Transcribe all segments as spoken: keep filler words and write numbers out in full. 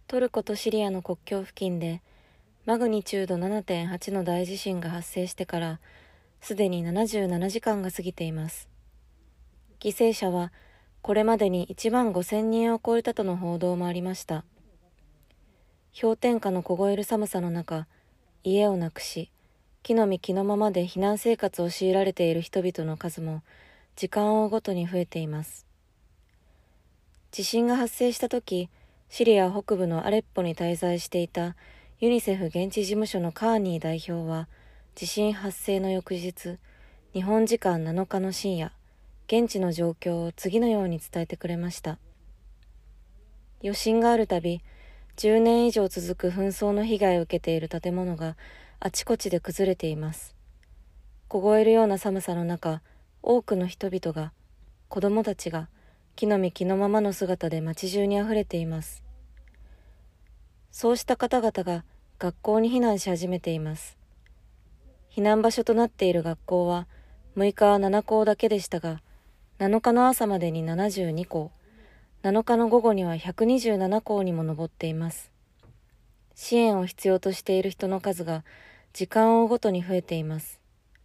トルコとシリアの国境付近でマグニチュード ななてんはち の大地震が発生してからすでにななじゅうななじかんが過ぎています。犠牲者はこれまでにいちまんごせんにんを超えたとの報道もありました。氷点下の凍える寒さの中、家をなくし、着の身着のままで避難生活を強いられている人々の数も時間を追うごとに増えています。地震が発生した時、シリア北部のアレッポに滞在していたユニセフ現地事務所のカーニー代表は、地震発生の翌日、日本時間なのかの深夜、現地の状況を次のように伝えてくれました。余震があるたび、じゅうねん以上続く紛争の被害を受けている建物があちこちで崩れています。凍えるような寒さの中、多くの人々が、子供たちが、着の身着のままの姿で街中にあふれています。そうした方々が学校に避難し始めています。避難場所となっている学校はむいかはななこうだけでしたが、なのかの朝までにななじゅうにこう、なのかの午後にはひゃくにじゅうななこうにも上っています。支援を必要としている人の数が時間を追うごとに増えています。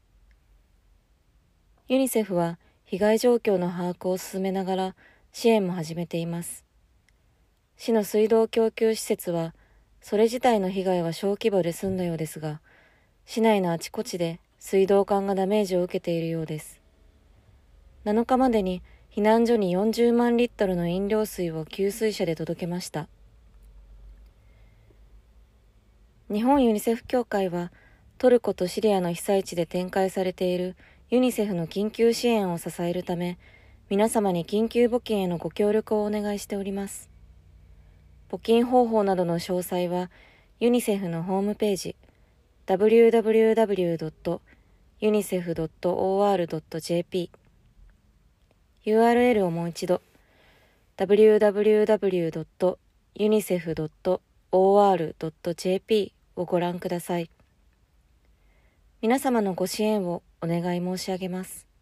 ユニセフは被害状況の把握を進めながら支援も始めています。市の水道供給施設は、それ自体の被害は小規模で済んだようですが、市内のあちこちで水道管がダメージを受けているようです。なのかまでに避難所によんじゅうまんリットルの飲料水を給水車で届けました。日本ユニセフ協会は、トルコとシリアの被災地で展開されているユニセフの緊急支援を支えるため、皆様に緊急募金へのご協力をお願いしております。募金方法などの詳細は、ユニセフのホームページ、ダブリューダブリューダブリュードットユニセフドットオーアールドットジェーピー、ユーアールエル をもう一度、ダブリューダブリューダブリュードットユニセフドットオーアールドットジェーピー をご覧ください。皆様のご支援をお願い申し上げます。